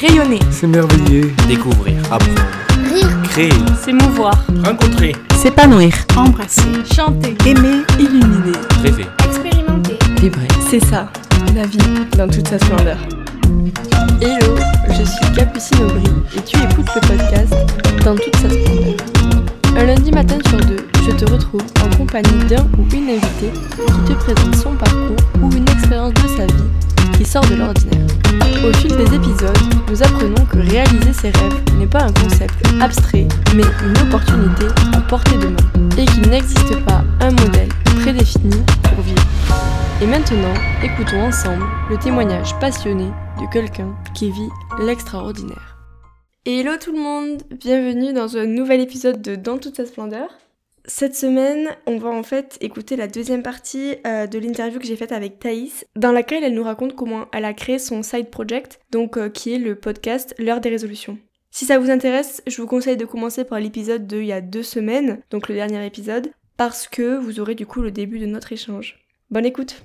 Rayonner, s'émerveiller, découvrir, apprendre, rire, créer, s'émouvoir, rencontrer, s'épanouir, embrasser, chanter, aimer, illuminer, rêver, expérimenter, vibrer. C'est ça, la vie dans toute sa splendeur. Hello, je suis Capucine Aubry et tu écoutes le podcast Dans toute sa splendeur. Un lundi matin sur deux, je te retrouve en compagnie d'un ou une invitée qui te présente son parcours ou une expérience de sa vie qui sort de l'ordinaire. Au fil des épisodes, nous apprenons que réaliser ses rêves n'est pas un concept abstrait, mais une opportunité à portée de main, et qu'il n'existe pas un modèle prédéfini pour vivre. Et maintenant, écoutons ensemble le témoignage passionné de quelqu'un qui vit l'extraordinaire. Hello tout le monde, bienvenue dans un nouvel épisode de Dans toute sa splendeur. Cette semaine, on va en fait écouter la deuxième partie de l'interview que j'ai faite avec Thaïs, dans laquelle elle nous raconte comment elle a créé son side project, donc qui est le podcast L'heure des résolutions. Si ça vous intéresse, je vous conseille de commencer par l'épisode d'il y a 2 semaines, donc le dernier épisode, parce que vous aurez du coup le début de notre échange. Bonne écoute!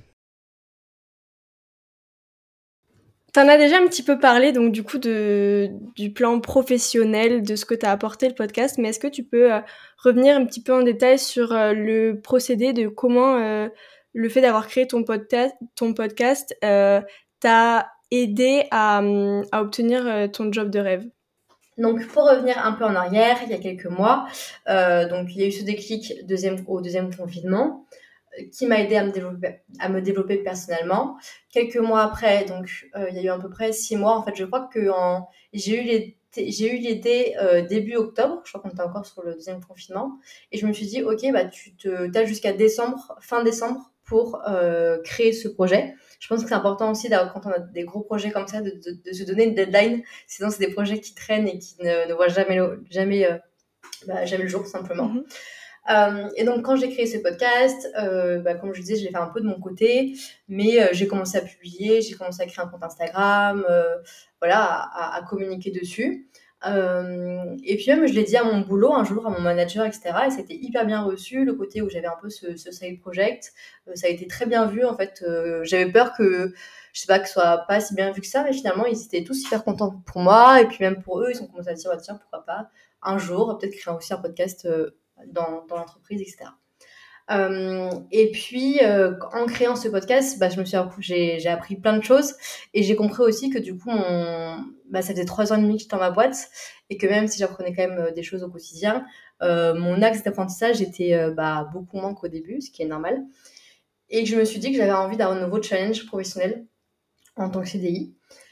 T'en as déjà un petit peu parlé, donc du coup, du plan professionnel, de ce que t'as apporté le podcast, mais est-ce que tu peux revenir un petit peu en détail sur le procédé de comment le fait d'avoir créé ton podcast t'a aidé à obtenir ton job de rêve? Donc, pour revenir un peu en arrière, il y a quelques mois, donc il y a eu ce déclic au deuxième confinement, qui m'a aidé à me développer personnellement. Quelques mois après, donc il y a eu à peu près 6 mois, en fait, je crois que j'ai eu l'idée début octobre, je crois qu'on était encore sur le deuxième confinement, et je me suis dit, ok, bah t'as jusqu'à fin décembre pour créer ce projet. Je pense que c'est important aussi, quand on a des gros projets comme ça, de se donner une deadline, sinon c'est des projets qui traînent et qui ne voient jamais le jour, simplement. Mm-hmm. Et donc, quand j'ai créé ce podcast, comme je disais, je l'ai fait un peu de mon côté, mais j'ai commencé à publier, j'ai commencé à créer un compte Instagram, à communiquer dessus. Et puis même, je l'ai dit à mon boulot un jour, à mon manager, etc. Et c'était hyper bien reçu, le côté où j'avais un peu ce side project. Ça a été très bien vu, en fait. J'avais peur que ce soit pas si bien vu que ça, mais finalement, ils étaient tous hyper contents pour moi. Et puis même pour eux, ils ont commencé à dire, tiens, pourquoi pas, un jour, peut-être créer aussi un podcast dans l'entreprise, etc. Et puis, en créant ce podcast, j'ai appris plein de choses et j'ai compris aussi que du coup, ça faisait 3 ans et demi que j'étais dans ma boîte et que même si j'apprenais quand même des choses au quotidien, mon axe d'apprentissage était beaucoup moins qu'au début, ce qui est normal. Et que je me suis dit que j'avais envie d'un nouveau challenge professionnel en tant que CDI.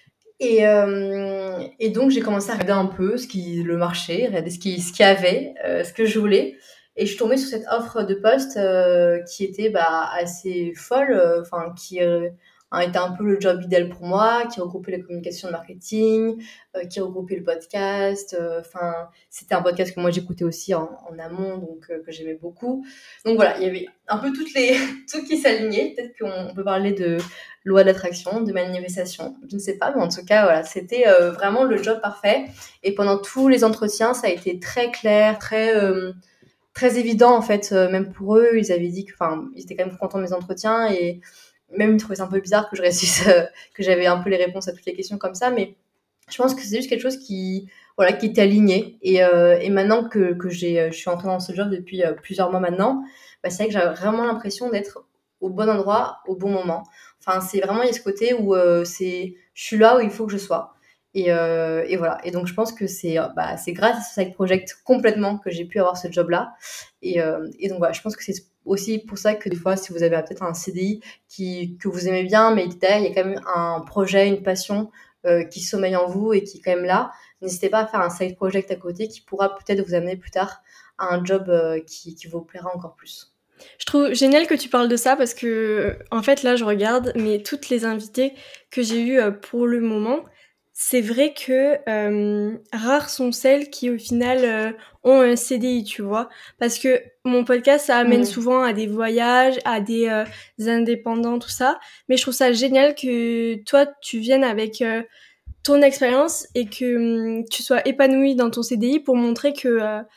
Et donc, j'ai commencé à regarder un peu le marché, regarder ce qu'il y avait, ce que je voulais. Et je suis tombée sur cette offre de poste qui était assez folle, qui était un peu le job idéal pour moi, qui regroupait la communication de marketing, qui regroupait le podcast. C'était un podcast que moi j'écoutais aussi en amont, donc que j'aimais beaucoup. Donc voilà, il y avait un peu tout qui s'alignait. Peut-être qu'on peut parler de loi d'attraction, de manifestation, je ne sais pas, mais en tout cas, voilà, c'était vraiment le job parfait. Et pendant tous les entretiens, ça a été très clair, très évident, en fait, même pour eux. Ils avaient dit ils étaient quand même contents de mes entretiens et même ils trouvaient ça un peu bizarre que je réussisse, que j'avais un peu les réponses à toutes les questions comme ça, mais je pense que c'est juste quelque chose qui était aligné. Et maintenant que je suis entrée dans ce job depuis plusieurs mois maintenant, c'est vrai que j'ai vraiment l'impression d'être au bon endroit, au bon moment. C'est vraiment, il y a ce côté où je suis là où il faut que je sois. Et voilà. Et donc, je pense que c'est grâce à ce side project complètement que j'ai pu avoir ce job-là. Et donc, voilà, je pense que c'est aussi pour ça que des fois, si vous avez peut-être un CDI que vous aimez bien, mais derrière, il y a quand même un projet, une passion qui sommeille en vous et qui est quand même là, n'hésitez pas à faire un side project à côté qui pourra peut-être vous amener plus tard à un job qui vous plaira encore plus. Je trouve génial que tu parles de ça parce que, en fait, là, je regarde, mais toutes les invitées que j'ai eues pour le moment, c'est vrai que rares sont celles qui, au final, ont un CDI, tu vois. Parce que mon podcast, ça amène souvent à des voyages, à des indépendants, tout ça. Mais je trouve ça génial que toi, tu viennes avec ton expérience et que tu sois épanouie dans ton CDI pour montrer que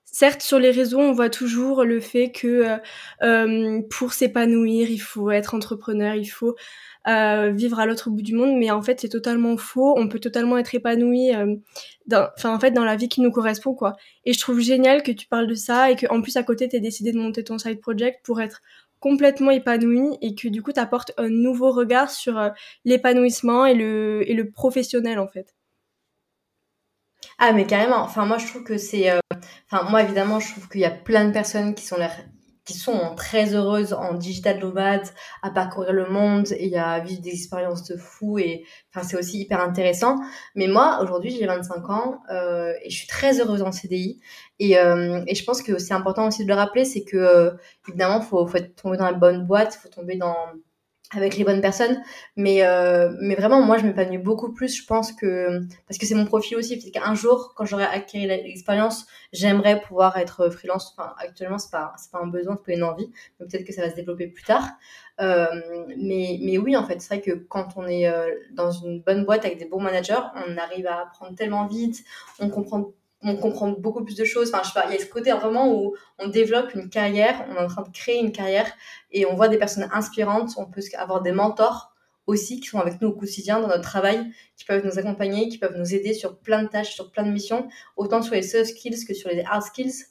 certes, sur les réseaux, on voit toujours le fait que pour s'épanouir, il faut être entrepreneur, il faut vivre à l'autre bout du monde, mais en fait, c'est totalement faux. On peut totalement être épanoui dans la vie qui nous correspond, quoi. Et je trouve génial que tu parles de ça et qu'en plus, à côté, t'aies décidé de monter ton side project pour être complètement épanoui et que du coup, t'apportes un nouveau regard sur l'épanouissement et le professionnel, en fait. Ah, mais carrément. Enfin, moi, je trouve que c'est. Enfin, moi, évidemment, je trouve qu'il y a plein de personnes qui sont très heureuses en digital nomade, à parcourir le monde et à vivre des expériences de fou. Et enfin, c'est aussi hyper intéressant. Mais moi, aujourd'hui, j'ai 25 ans et je suis très heureuse en CDI. Et je pense que c'est important aussi de le rappeler, c'est que évidemment, faut être tombé dans la bonne boîte, faut tomber avec les bonnes personnes, mais vraiment moi je m'épanouis beaucoup plus, je pense, que parce que c'est mon profil aussi, peut-être qu'un jour quand j'aurai acquis l'expérience, j'aimerais pouvoir être freelance. Enfin, actuellement c'est pas un besoin, c'est pas une envie, mais peut-être que ça va se développer plus tard. Mais oui, en fait c'est vrai que quand on est dans une bonne boîte avec des bons managers, on arrive à apprendre tellement vite, on comprend on comprend beaucoup plus de choses. Enfin, je sais pas, il y a ce côté vraiment où on développe une carrière, on est en train de créer une carrière et on voit des personnes inspirantes. On peut avoir des mentors aussi qui sont avec nous au quotidien dans notre travail, qui peuvent nous accompagner, qui peuvent nous aider sur plein de tâches, sur plein de missions, autant sur les soft skills que sur les hard skills.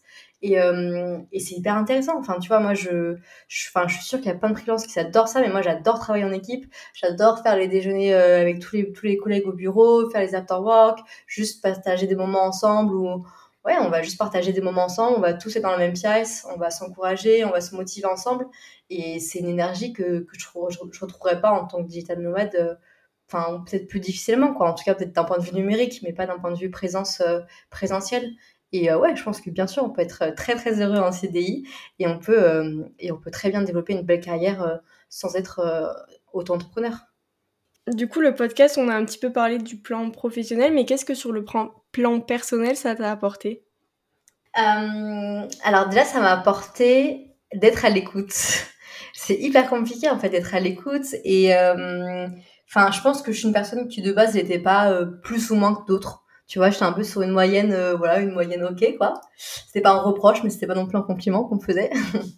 Et c'est hyper intéressant. Enfin, tu vois, moi, je suis sûre qu'il y a plein de freelances qui adorent ça, mais moi, j'adore travailler en équipe. J'adore faire les déjeuners avec tous les collègues au bureau, faire les after-work, juste partager des moments ensemble où, ouais, on va juste partager des moments ensemble, on va tous être dans la même pièce, on va s'encourager, on va se motiver ensemble. Et c'est une énergie que je retrouverais pas en tant que digital nomade. Enfin, peut-être plus difficilement, quoi. En tout cas, peut-être d'un point de vue numérique, mais pas d'un point de vue présentielle. Et ouais, je pense que bien sûr, on peut être très très heureux en CDI et on peut très bien développer une belle carrière sans être auto-entrepreneur. Du coup, le podcast, on a un petit peu parlé du plan professionnel, mais qu'est-ce que sur le plan personnel, ça t'a apporté ? Alors déjà, ça m'a apporté d'être à l'écoute. C'est hyper compliqué en fait d'être à l'écoute et enfin, je pense que je suis une personne qui de base n'était pas plus ou moins que d'autres. Tu vois, j'étais un peu sur une moyenne, voilà, une moyenne ok quoi. C'était pas un reproche, mais c'était pas non plus un compliment qu'on me faisait.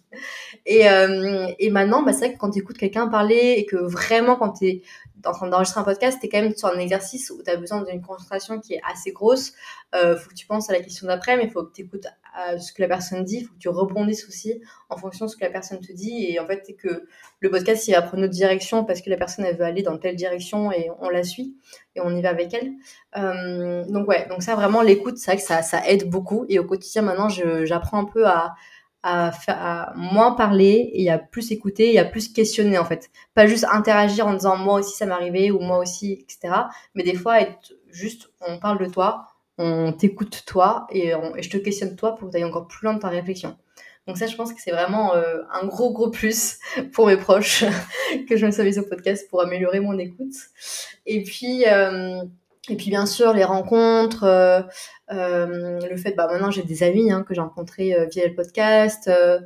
Et maintenant, bah, c'est vrai que quand tu écoutes quelqu'un parler et que vraiment, quand tu es en train d'enregistrer un podcast, tu es quand même sur un exercice où tu as besoin d'une concentration qui est assez grosse. Faut que tu penses à la question d'après, mais il faut que tu écoutes ce que la personne dit. Il faut que tu rebondisses aussi en fonction de ce que la personne te dit. Et en fait, c'est que le podcast, il va prendre notre direction parce que la personne, elle veut aller dans telle direction et on la suit et on y va avec elle. Donc ouais, donc ça, vraiment, l'écoute, c'est vrai que ça aide beaucoup. Et au quotidien, maintenant, j'apprends un peu à moins parler et à plus écouter et à plus questionner en fait. Pas juste interagir en disant moi aussi ça m'est arrivé ou moi aussi, etc. Mais des fois être juste, on parle de toi, on t'écoute toi et je te questionne toi pour que tu ailles encore plus loin de ta réflexion. Donc ça, je pense que c'est vraiment un gros plus pour mes proches que je me suis mise au podcast pour améliorer mon écoute. Et puis, bien sûr, les rencontres, le fait, bah, maintenant j'ai des amis que j'ai rencontrés via le podcast.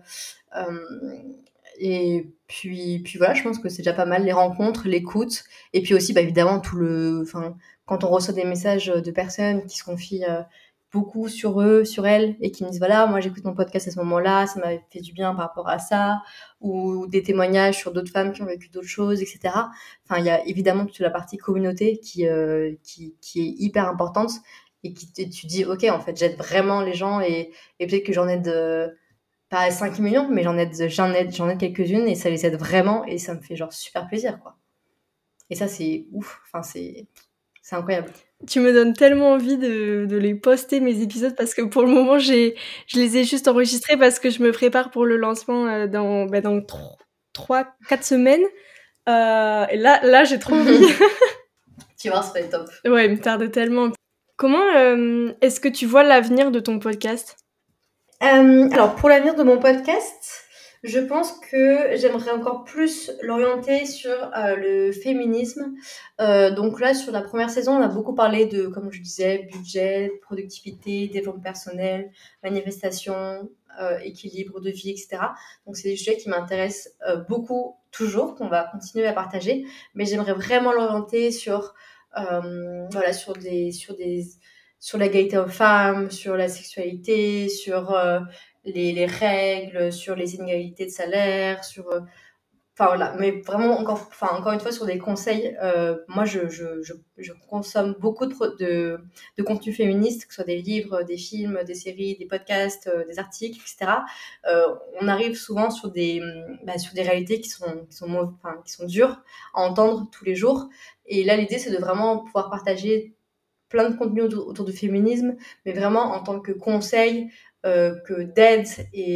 Et puis voilà, je pense que c'est déjà pas mal, les rencontres, l'écoute. Et puis aussi, bah, évidemment, quand on reçoit des messages de personnes qui se confient beaucoup sur eux, sur elles, et qui me disent voilà, moi j'écoute mon podcast à ce moment-là, ça m'a fait du bien par rapport à ça, ou des témoignages sur d'autres femmes qui ont vécu d'autres choses, etc. Enfin, il y a évidemment toute la partie communauté qui est hyper importante et tu dis ok, en fait, j'aide vraiment les gens et peut-être que j'en aide pas 5 millions, mais j'en aide quelques-unes et ça les aide vraiment et ça me fait genre super plaisir, quoi. Et ça, c'est ouf. Enfin, c'est incroyable. Tu me donnes tellement envie de les poster, mes épisodes, parce que pour le moment, je les ai juste enregistrés parce que je me prépare pour le lancement dans 3-4 semaines. Et là, j'ai trop envie. Tu vois, ça va être top. Ouais, il me tarde tellement. Comment est-ce que tu vois l'avenir de ton podcast ? Alors, pour l'avenir de mon podcast, je pense que j'aimerais encore plus l'orienter sur le féminisme. Donc là, sur la première saison, on a beaucoup parlé de, comme je disais, budget, productivité, développement personnel, manifestation, équilibre de vie, etc. Donc c'est des sujets qui m'intéressent beaucoup toujours, qu'on va continuer à partager. Mais j'aimerais vraiment l'orienter sur sur l'égalité homme-femme, sur la sexualité, sur les règles, sur les inégalités de salaire, sur enfin voilà, mais vraiment encore une fois sur des conseils. Moi, je consomme beaucoup de contenu féministe, que ce soit des livres, des films, des séries, des podcasts, des articles, etc. On arrive souvent sur des réalités qui sont dures à entendre tous les jours. Et là, l'idée, c'est de vraiment pouvoir partager plein de contenus autour du féminisme, mais vraiment en tant que conseil, que d'aide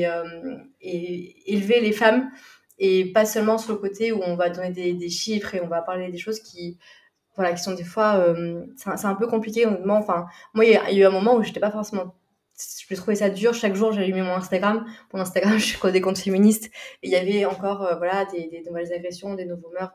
et élever les femmes, et pas seulement sur le côté où on va donner des chiffres et on va parler des choses qui sont des fois c'est un peu compliqué honnêtement. Enfin, moi il y a eu un moment où j'étais pas forcément, je trouvais ça dur. Chaque jour j'allumais mon Instagram, je suis des comptes féministes, et il y avait encore des nouvelles agressions, des nouveaux meurtres,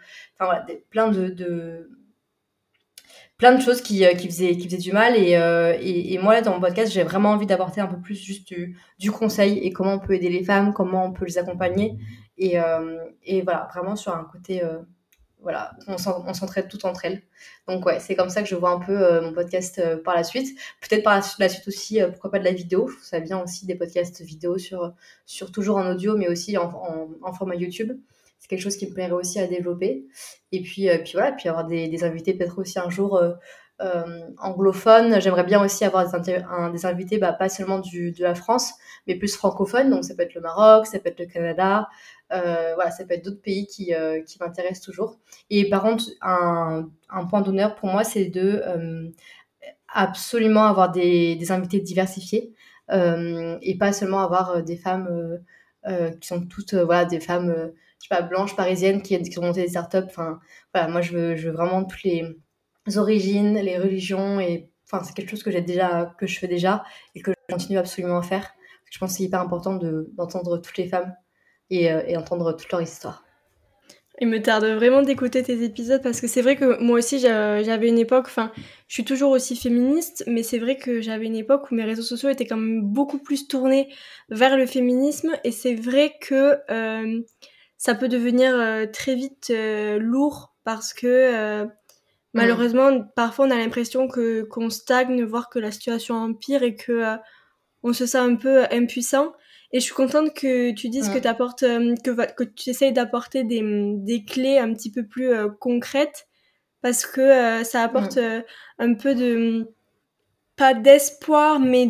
plein de choses qui faisaient du mal. Et moi, là, dans mon podcast, j'ai vraiment envie d'apporter un peu plus juste du conseil, et comment on peut aider les femmes, comment on peut les accompagner. Et voilà, vraiment sur un côté, on s'entraide toutes entre elles. Donc ouais, c'est comme ça que je vois un peu mon podcast par la suite. Peut-être par la suite aussi, pourquoi pas de la vidéo. Je trouve ça bien aussi, des podcasts vidéo sur toujours en audio, mais aussi en format YouTube. C'est quelque chose qui me plairait aussi à développer. Et puis voilà, puis avoir des invités peut-être aussi un jour anglophones. J'aimerais bien aussi avoir des invités, pas seulement de la France, mais plus francophones. Donc ça peut être le Maroc, ça peut être le Canada, ça peut être d'autres pays qui m'intéressent toujours. Et par contre, un point d'honneur pour moi, c'est de absolument avoir des invités diversifiés, et pas seulement avoir des femmes qui sont toutes des femmes je sais pas, blanches parisiennes qui ont monté des startups. Enfin voilà, moi je veux vraiment toutes les origines, les religions, et enfin c'est quelque chose que je fais déjà et que je continue absolument à faire. Je pense que c'est hyper important d'entendre toutes les femmes et entendre toute leur histoire. Il me tarde vraiment d'écouter tes épisodes, parce que c'est vrai que moi aussi j'avais une époque, enfin je suis toujours aussi féministe, mais c'est vrai que j'avais une époque où mes réseaux sociaux étaient quand même beaucoup plus tournés vers le féminisme, et c'est vrai que ça peut devenir très vite lourd, parce que malheureusement parfois on a l'impression qu'on stagne, voire que la situation empire, et que on se sent un peu impuissant. Et je suis contente que tu dises que t'apportes, que tu essayes d'apporter des clés un petit peu plus concrètes, parce que ça apporte un peu pas d'espoir, mais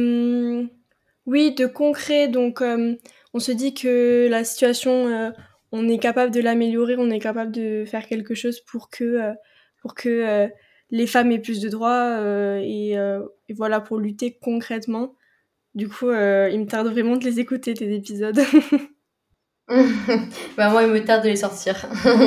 de concret. Donc on se dit que la situation, on est capable de l'améliorer, on est capable de faire quelque chose pour que les femmes aient plus de droits, et voilà, pour lutter concrètement. Du coup, il me tarde vraiment de les écouter, tes épisodes. Moi, il me tarde de les sortir.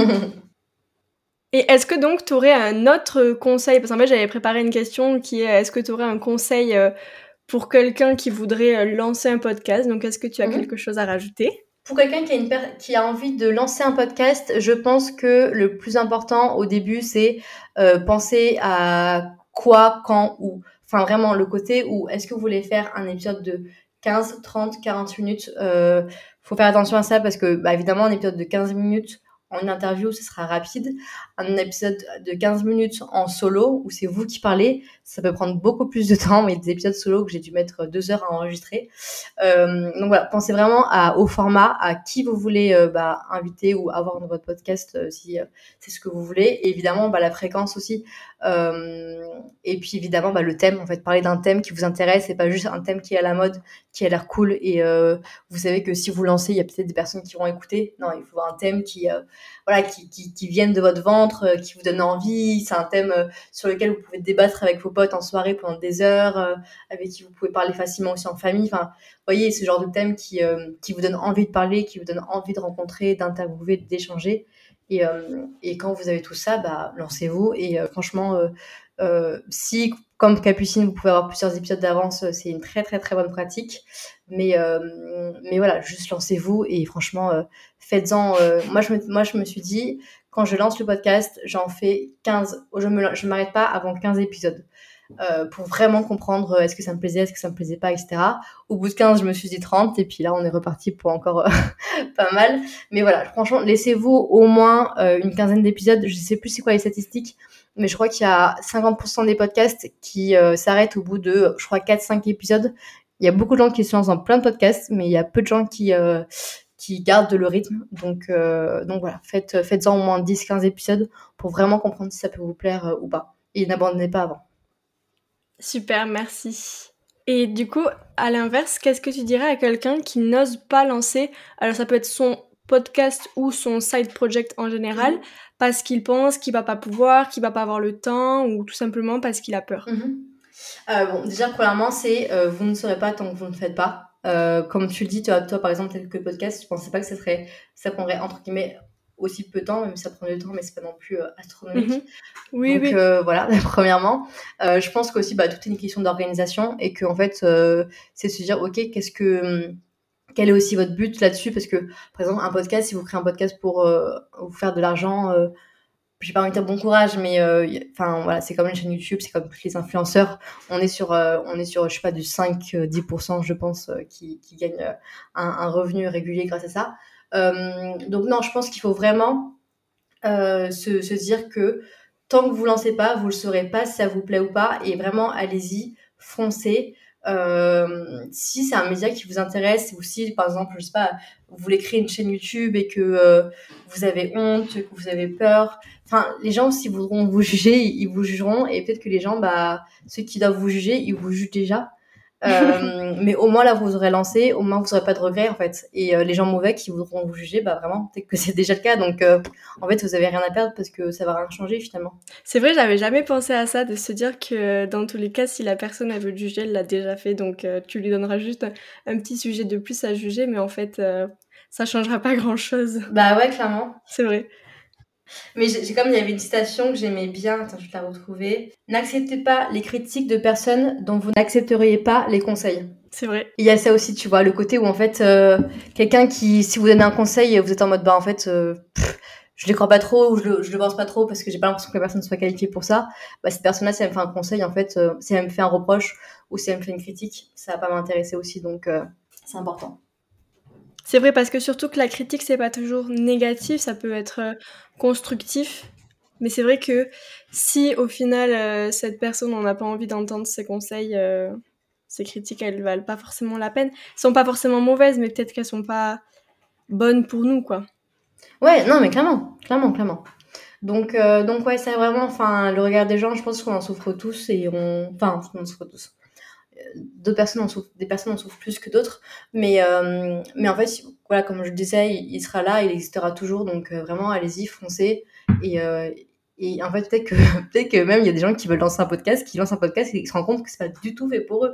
Et est-ce que donc tu aurais un autre conseil? Parce qu'en fait, j'avais préparé une question qui est: est-ce que tu aurais un conseil pour quelqu'un qui voudrait lancer un podcast? Donc, est-ce que tu as quelque chose à rajouter? Pour quelqu'un qui a envie de lancer un podcast, je pense que le plus important au début, c'est penser à quoi, quand, où. Enfin, vraiment, le côté où est-ce que vous voulez faire un épisode de 15, 30, 40 minutes. Faut faire attention à ça, parce que, évidemment, un épisode de 15 minutes en interview, ce sera rapide. Un épisode de 15 minutes en solo, où c'est vous qui parlez, ça peut prendre beaucoup plus de temps. Mais des épisodes solo que j'ai dû mettre 2 heures à enregistrer. Donc voilà, pensez vraiment au format, à qui vous voulez inviter ou avoir dans votre podcast, si c'est ce que vous voulez. Et évidemment, la fréquence aussi. Et puis évidemment, le thème. En fait, parler d'un thème qui vous intéresse, et pas juste un thème qui est à la mode, qui a l'air cool. Et vous savez que si vous lancez, il y a peut-être des personnes qui vont écouter. Non, il faut un thème qui vienne de votre ventre, qui vous donne envie. C'est un thème sur lequel vous pouvez débattre avec vos potes en soirée pendant des heures, avec qui vous pouvez parler facilement aussi en famille. Enfin, vous voyez, ce genre de thème qui vous donne envie de parler, qui vous donne envie de rencontrer, d'interviewer, d'échanger. Et quand vous avez tout ça, lancez-vous. Et franchement, si, comme Capucine, vous pouvez avoir plusieurs épisodes d'avance, c'est une très très très bonne pratique. Mais voilà, juste lancez-vous, et franchement, faites-en. Moi, je me suis dit, quand je lance le podcast, j'en fais 15. Je m'arrête pas avant 15 épisodes. pour vraiment comprendre est-ce que ça me plaisait, est-ce que ça me plaisait pas, etc. Au bout de 15, je me suis dit 30, et puis là, on est reparti pour encore pas mal. Mais voilà, franchement, laissez-vous au moins une quinzaine d'épisodes. Je sais plus c'est quoi les statistiques, mais je crois qu'il y a 50% des podcasts qui s'arrêtent au bout de, je crois, 4-5 épisodes. Il y a beaucoup de gens qui se lancent dans plein de podcasts, mais il y a peu de gens qui gardent le rythme. Donc voilà, faites-en au moins 10-15 épisodes pour vraiment comprendre si ça peut vous plaire ou pas. Et n'abandonnez pas avant. Super, merci. Et du coup, à l'inverse, qu'est-ce que tu dirais à quelqu'un qui n'ose pas lancer, alors ça peut être son podcast ou son side project en général, parce qu'il pense qu'il va pas pouvoir, qu'il va pas avoir le temps, ou tout simplement parce qu'il a peur. Bon, déjà, premièrement, c'est vous ne saurez pas tant que vous ne faites pas. Comme tu le dis, toi par exemple, tel que le podcast, je pensais pas que ça prendrait entre guillemets aussi peu de temps, même si ça prend du temps, mais c'est pas non plus astronomique. Oui, Donc oui. voilà, premièrement. Je pense qu'aussi, tout est une question d'organisation, et que en fait, c'est se dire, ok, quel est aussi votre but là-dessus, parce que par exemple, un podcast, si vous créez un podcast pour vous faire de l'argent, j'ai pas envie de dire bon courage, mais enfin voilà, c'est comme une chaîne YouTube, c'est comme tous les influenceurs. On est sur je sais pas, du 5-10%, je pense, qui gagnent un revenu régulier grâce à ça. Donc non, je pense qu'il faut vraiment se dire que tant que vous lancez pas, vous le saurez pas si ça vous plaît ou pas, et vraiment allez-y, foncez. Si c'est un média qui vous intéresse, ou si par exemple, je sais pas, vous voulez créer une chaîne YouTube et que vous avez honte, que vous avez peur, enfin les gens, s'ils voudront vous juger, ils vous jugeront, et peut-être que les gens, ceux qui doivent vous juger, ils vous jugent déjà. Mais au moins là vous aurez lancé, au moins vous aurez pas de regrets en fait, et les gens mauvais qui voudront vous juger, vraiment peut-être que c'est déjà le cas, donc en fait vous avez rien à perdre parce que ça va rien changer finalement. C'est vrai, j'avais jamais pensé à ça, de se dire que dans tous les cas, si la personne elle veut te juger, elle l'a déjà fait, donc tu lui donneras juste un petit sujet de plus à juger, mais en fait ça changera pas grand chose. Bah ouais, clairement. C'est vrai. Mais j'ai comme il y avait une citation que j'aimais bien, attends, je vais te la retrouver. N'acceptez pas les critiques de personnes dont vous n'accepteriez pas les conseils. C'est vrai. Il y a ça aussi, tu vois, le côté où en fait, quelqu'un qui, si vous donnez un conseil, vous êtes en mode, en fait, je les crois pas trop, ou je le pense pas trop parce que j'ai pas l'impression que la personne soit qualifiée pour ça. Cette personne-là, si elle me fait un conseil, en fait, si elle me fait un reproche ou si elle me fait une critique, ça va pas m'intéresser aussi, donc c'est important. C'est vrai, parce que surtout que la critique, c'est pas toujours négatif, ça peut être constructif. Mais c'est vrai que si au final, cette personne, on n'a pas envie d'entendre ses conseils, ces critiques, elles valent pas forcément la peine. Elles sont pas forcément mauvaises, mais peut-être qu'elles sont pas bonnes pour nous, quoi. Ouais, non, mais clairement. Donc ouais, c'est vraiment, enfin, le regard des gens, je pense qu'on en souffre tous, enfin, on en souffre tous. Des personnes en souffrent plus que d'autres, mais en fait, voilà, comme je le disais, il sera là, il existera toujours, donc vraiment, allez-y, foncez, et en fait, peut-être que même il y a des gens qui veulent lancer un podcast, qui lancent un podcast et qui se rendent compte que c'est pas du tout fait pour eux.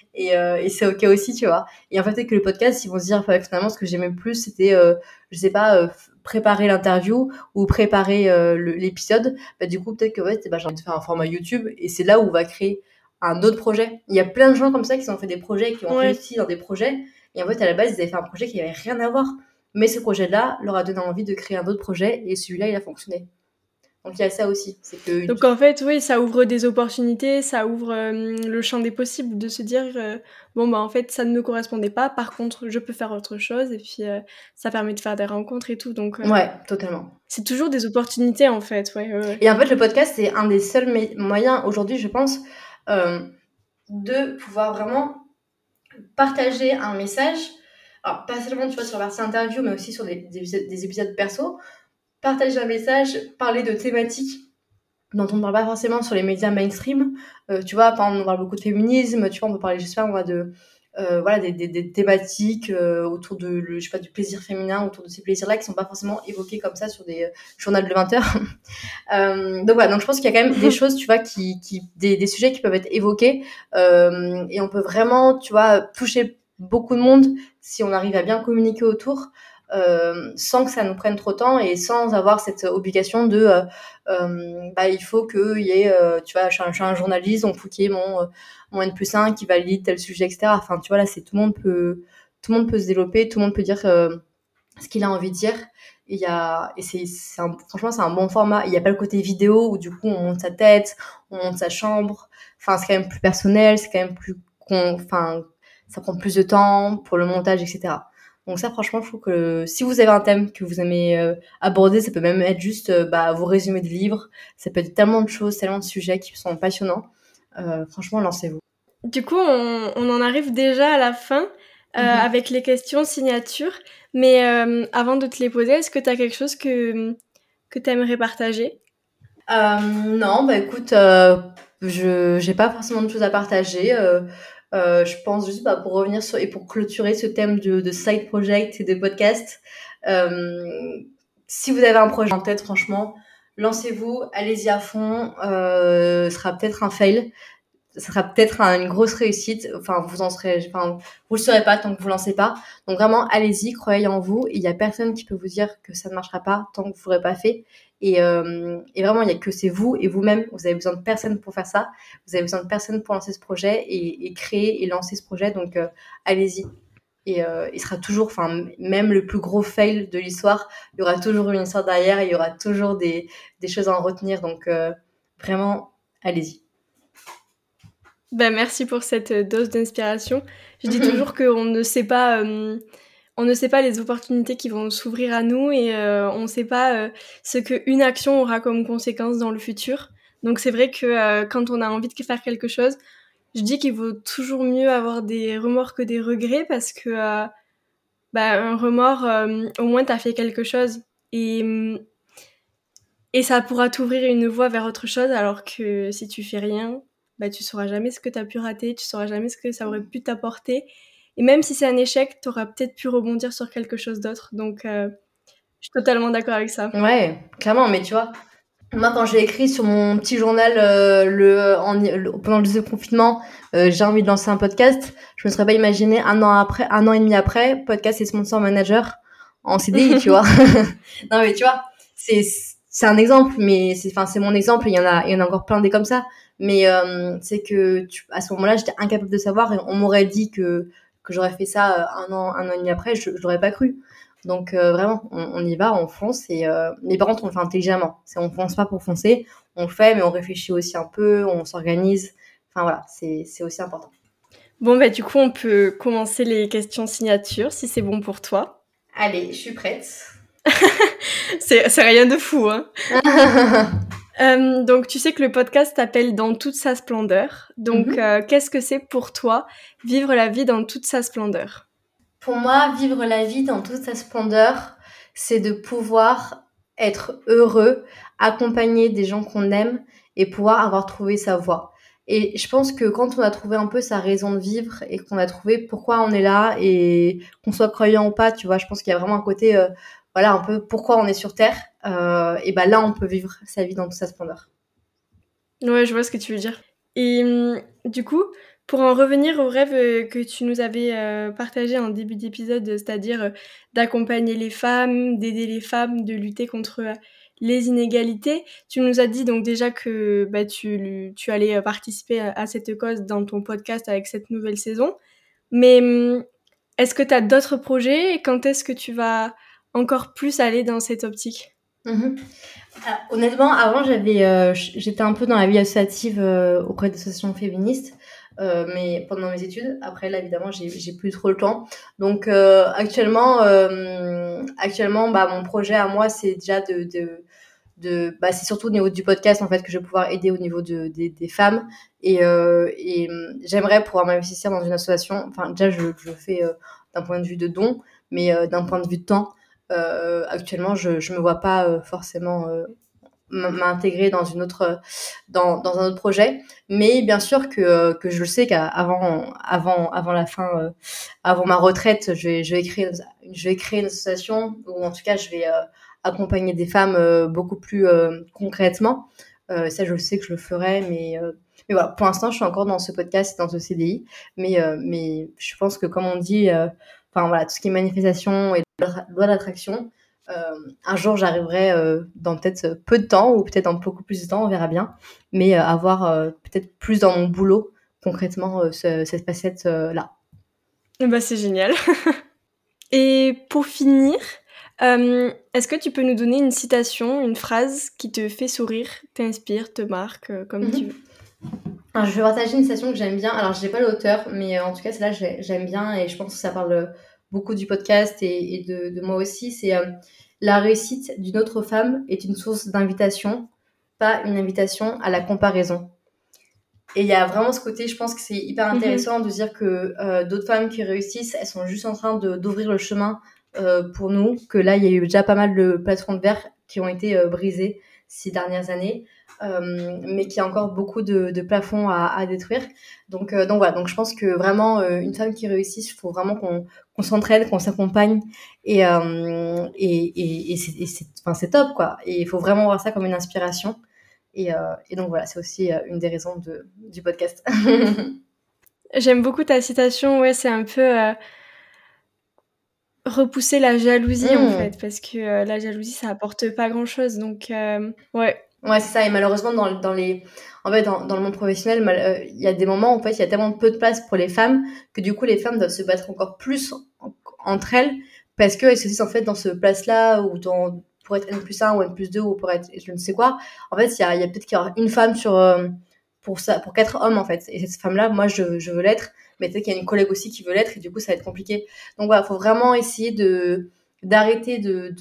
Et c'est ok aussi, tu vois. Et en fait, peut-être que le podcast, ils vont se dire, finalement, ce que j'aimais le plus, c'était, je sais pas, préparer l'interview ou préparer l'épisode. Du coup, peut-être que j'ai envie de faire un format YouTube, et c'est là où on va créer un autre projet. Il y a plein de gens comme ça qui ont fait des projets, qui ont réussi dans des projets, et en fait, à la base, ils avaient fait un projet qui avait rien à voir. Mais ce projet-là leur a donné envie de créer un autre projet, et celui-là, il a fonctionné. Donc il y a ça aussi. Donc en fait, oui, ça ouvre des opportunités, ça ouvre le champ des possibles, de se dire en fait ça ne me correspondait pas, par contre je peux faire autre chose, et puis ça permet de faire des rencontres et tout, donc ouais, totalement. C'est toujours des opportunités en fait, ouais. Et en fait le podcast c'est un des seuls moyens aujourd'hui, je pense, de pouvoir vraiment partager un message, alors pas seulement tu vois sur la partie interview, mais aussi sur des épisodes perso, partager un message, parler de thématiques dont on ne parle pas forcément sur les médias mainstream. Tu vois, par exemple, on parle beaucoup de féminisme, tu vois, on peut parler, j'espère, on va des thématiques autour de, je sais pas, du plaisir féminin, autour de ces plaisirs-là qui sont pas forcément évoqués comme ça sur des journaux de 20h. Donc voilà, donc je pense qu'il y a quand même des choses, tu vois, des sujets qui peuvent être évoqués, et on peut vraiment, tu vois, toucher beaucoup de monde si on arrive à bien communiquer autour. Sans que ça nous prenne trop de temps et sans avoir cette obligation de il faut qu'il y ait tu vois, je suis un journaliste, donc il faut qu'il y ait mon N+1 qui valide tel sujet, etc. Enfin, tu vois, là, tout le monde peut se développer, tout le monde peut dire ce qu'il a envie de dire, franchement, c'est un bon format. Il n'y a pas le côté vidéo où du coup on monte sa tête, on monte sa chambre. Enfin, c'est quand même plus personnel, c'est quand même enfin, ça prend plus de temps pour le montage, etc. Donc ça, franchement, je trouve que si vous avez un thème que vous aimez aborder, ça peut même être juste vos résumés de livres. Ça peut être tellement de choses, tellement de sujets qui sont passionnants. Franchement, lancez-vous. Du coup, on en arrive déjà à la fin avec les questions signatures. Mais avant de te les poser, est-ce que tu as quelque chose que tu aimerais partager ? Non, bah écoute, je j'ai pas forcément de choses à partager. Je pense juste pour revenir sur et pour clôturer ce thème de side project et de podcast. Si vous avez un projet en tête, franchement, lancez-vous, allez-y à fond. Ce sera peut-être un fail, ça sera peut-être une grosse réussite. Enfin, vous le saurez pas tant que vous lancez pas. Donc vraiment, allez-y, croyez en vous. Il y a personne qui peut vous dire que ça ne marchera pas tant que vous l'aurez pas fait. Et vraiment, il y a que c'est vous et vous-même. Vous avez besoin de personne pour faire ça. Vous avez besoin de personne pour lancer ce projet et créer et lancer ce projet. Donc allez-y. Et il sera toujours, enfin, même le plus gros fail de l'histoire, il y aura toujours une histoire derrière. Et il y aura toujours des choses à en retenir. Donc vraiment, allez-y. Ben, merci pour cette dose d'inspiration. Je dis toujours qu'on ne sait pas, on ne sait pas les opportunités qui vont s'ouvrir à nous et on ne sait pas ce qu'une action aura comme conséquence dans le futur. Donc c'est vrai que quand on a envie de faire quelque chose, je dis qu'il vaut toujours mieux avoir des remords que des regrets parce que un remords, au moins t'as fait quelque chose et ça pourra t'ouvrir une voie vers autre chose, alors que si tu fais rien, tu sauras jamais ce que t'as pu rater, tu sauras jamais ce que ça aurait pu t'apporter. Et même si c'est un échec, t'auras peut-être pu rebondir sur quelque chose d'autre. Donc, je suis totalement d'accord avec ça. Ouais, clairement, mais tu vois, moi quand j'ai écrit sur mon petit journal pendant le deuxième confinement, j'ai envie de lancer un podcast, je me serais pas imaginé un an et demi après, podcast et sponsor manager en CDI, tu vois. Non mais tu vois, c'est un exemple, mais c'est mon exemple. Il y en a encore plein des comme ça. Mais c'est que à ce moment-là, j'étais incapable de savoir et on m'aurait dit que j'aurais fait ça un an et demi après, je l'aurais pas cru. Donc vraiment, on y va, on fonce mais par contre on le fait intelligemment. On fonce pas pour foncer, on le fait mais on réfléchit aussi un peu, on s'organise. Enfin voilà, c'est aussi important. Bon, du coup, on peut commencer les questions signatures, si c'est bon pour toi. Allez, je suis prête. C'est rien de fou, hein. Donc, tu sais que le podcast s'appelle Dans toute sa splendeur. Donc, qu'est-ce que c'est pour toi vivre la vie dans toute sa splendeur ? Pour moi, vivre la vie dans toute sa splendeur, c'est de pouvoir être heureux, accompagner des gens qu'on aime et pouvoir avoir trouvé sa voie. Et je pense que quand on a trouvé un peu sa raison de vivre et qu'on a trouvé pourquoi on est là et qu'on soit croyant ou pas, tu vois, je pense qu'il y a vraiment un côté, voilà, un peu pourquoi on est sur Terre. Et là, on peut vivre sa vie dans toute sa splendeur. Ouais, je vois ce que tu veux dire. Et du coup, pour en revenir au rêve que tu nous avais partagé en début d'épisode, c'est-à-dire d'accompagner les femmes, d'aider les femmes, de lutter contre les inégalités, tu nous as dit donc déjà que tu allais participer à cette cause dans ton podcast avec cette nouvelle saison. Mais est-ce que tu as d'autres projets et quand est-ce que tu vas encore plus aller dans cette optique ? Honnêtement, avant, j'étais un peu dans la vie associative auprès d'associations féministes, mais pendant mes études. Après, là, évidemment, j'ai plus trop le temps. Donc, actuellement, mon projet à moi, c'est déjà c'est surtout au niveau du podcast en fait que je vais pouvoir aider au niveau des femmes et j'aimerais pouvoir m'investir dans une association. Enfin, déjà, je le fais d'un point de vue de don, mais d'un point de vue de temps. Actuellement, je me vois pas forcément m'intégrer dans dans un autre projet, mais bien sûr que je le sais avant la fin, avant ma retraite, je vais créer une association où en tout cas je vais accompagner des femmes beaucoup plus concrètement. Ça, je le sais que je le ferai, mais voilà, pour l'instant, je suis encore dans ce podcast, dans ce CDI, mais je pense que comme on dit, voilà, tout ce qui est manifestation et loi d'attraction, un jour j'arriverai dans peut-être peu de temps ou peut-être dans beaucoup plus de temps, on verra bien, mais avoir peut-être plus dans mon boulot concrètement cette facette là. C'est génial. Et pour finir, Est-ce que tu peux nous donner une citation, une phrase qui te fait sourire, t'inspire, te marque, comme tu veux? Alors, je vais partager une citation que j'aime bien. Alors, je n'ai pas l'auteur, mais en tout cas, celle-là, j'aime bien et je pense que ça parle beaucoup du podcast et de moi aussi. C'est la réussite d'une autre femme est une source d'invitation, pas une invitation à la comparaison. Et il y a vraiment ce côté, je pense que c'est hyper intéressant de dire que d'autres femmes qui réussissent, elles sont juste en train d'ouvrir le chemin pour nous, que là, il y a eu déjà pas mal de plafonds de verre qui ont été brisés ces dernières années, mais qu'il y a encore beaucoup de plafonds à détruire. Donc voilà, donc je pense que vraiment, une femme qui réussit, il faut vraiment qu'on s'entraide, qu'on s'accompagne, et c'est top, quoi. Et il faut vraiment voir ça comme une inspiration. Et donc voilà, c'est aussi une des raisons du podcast. J'aime beaucoup ta citation, ouais, c'est un peu repousser la jalousie en fait, parce que la jalousie ça apporte pas grand chose, donc ouais. Ouais, c'est ça, et malheureusement dans le monde professionnel, il y a des moments où en fait il y a tellement peu de place pour les femmes que du coup les femmes doivent se battre encore plus entre elles parce qu'elles se disent en fait dans ce place-là ou pour être N+1 ou N+2 ou pour être je ne sais quoi, en fait il y a peut-être qu'il y aura une femme pour 4 hommes en fait, et cette femme-là, moi je veux l'être, mais peut-être qu'il y a une collègue aussi qui veut l'être et du coup ça va être compliqué. Donc voilà, faut vraiment essayer d'arrêter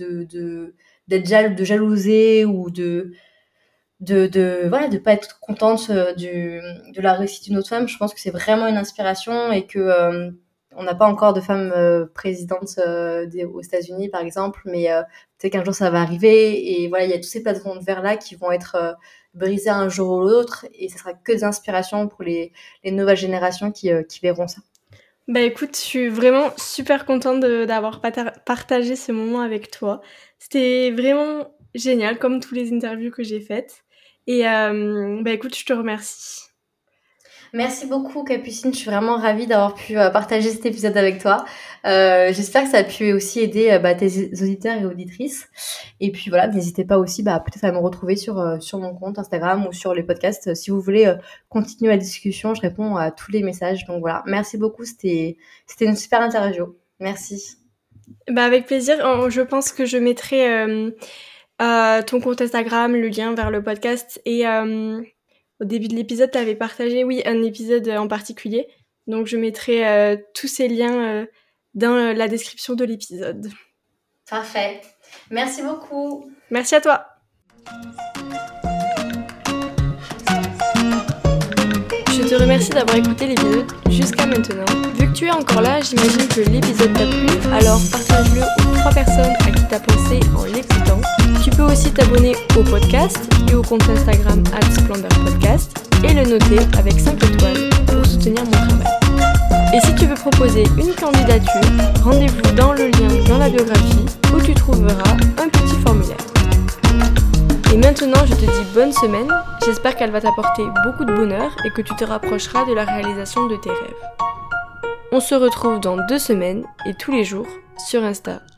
de jalouser ou de pas être contente de la réussite d'une autre femme. Je pense que c'est vraiment une inspiration et que on n'a pas encore de femme présidente aux États-Unis par exemple, mais peut-être qu'un jour ça va arriver, et voilà, il y a tous ces plafonds de verre là qui vont être brisés un jour ou l'autre, et ce sera que des inspirations pour les nouvelles générations qui verront ça. Bah écoute, je suis vraiment super contente d'avoir partagé ce moment avec toi. C'était vraiment génial, comme tous les interviews que j'ai faites. Et bah écoute, je te remercie. Merci beaucoup Capucine, je suis vraiment ravie d'avoir pu partager cet épisode avec toi. J'espère que ça a pu aussi aider tes auditeurs et auditrices. Et puis voilà, n'hésitez pas aussi peut-être à me retrouver sur mon compte Instagram ou sur les podcasts. Si vous voulez continuer la discussion, je réponds à tous les messages. Donc voilà, merci beaucoup, c'était une super interview. Merci. Bah avec plaisir, je pense que je mettrai ton compte Instagram, le lien vers le podcast, et au début de l'épisode, tu avais partagé, un épisode en particulier. Donc, je mettrai tous ces liens dans la description de l'épisode. Parfait. Merci beaucoup. Merci à toi. Je te remercie d'avoir écouté l'épisode jusqu'à maintenant. Vu que tu es encore là, j'imagine que l'épisode t'a plu, alors partage-le aux 3 personnes à qui t'as pensé en l'écoutant. Tu peux aussi t'abonner au podcast et au compte Instagram @splendorpodcast et le noter avec 5 étoiles pour soutenir mon travail. Et si tu veux proposer une candidature, rendez-vous dans le lien dans la biographie où tu trouveras un petit formulaire. Et maintenant, je te dis bonne semaine, j'espère qu'elle va t'apporter beaucoup de bonheur et que tu te rapprocheras de la réalisation de tes rêves. On se retrouve dans 2 semaines et tous les jours sur Insta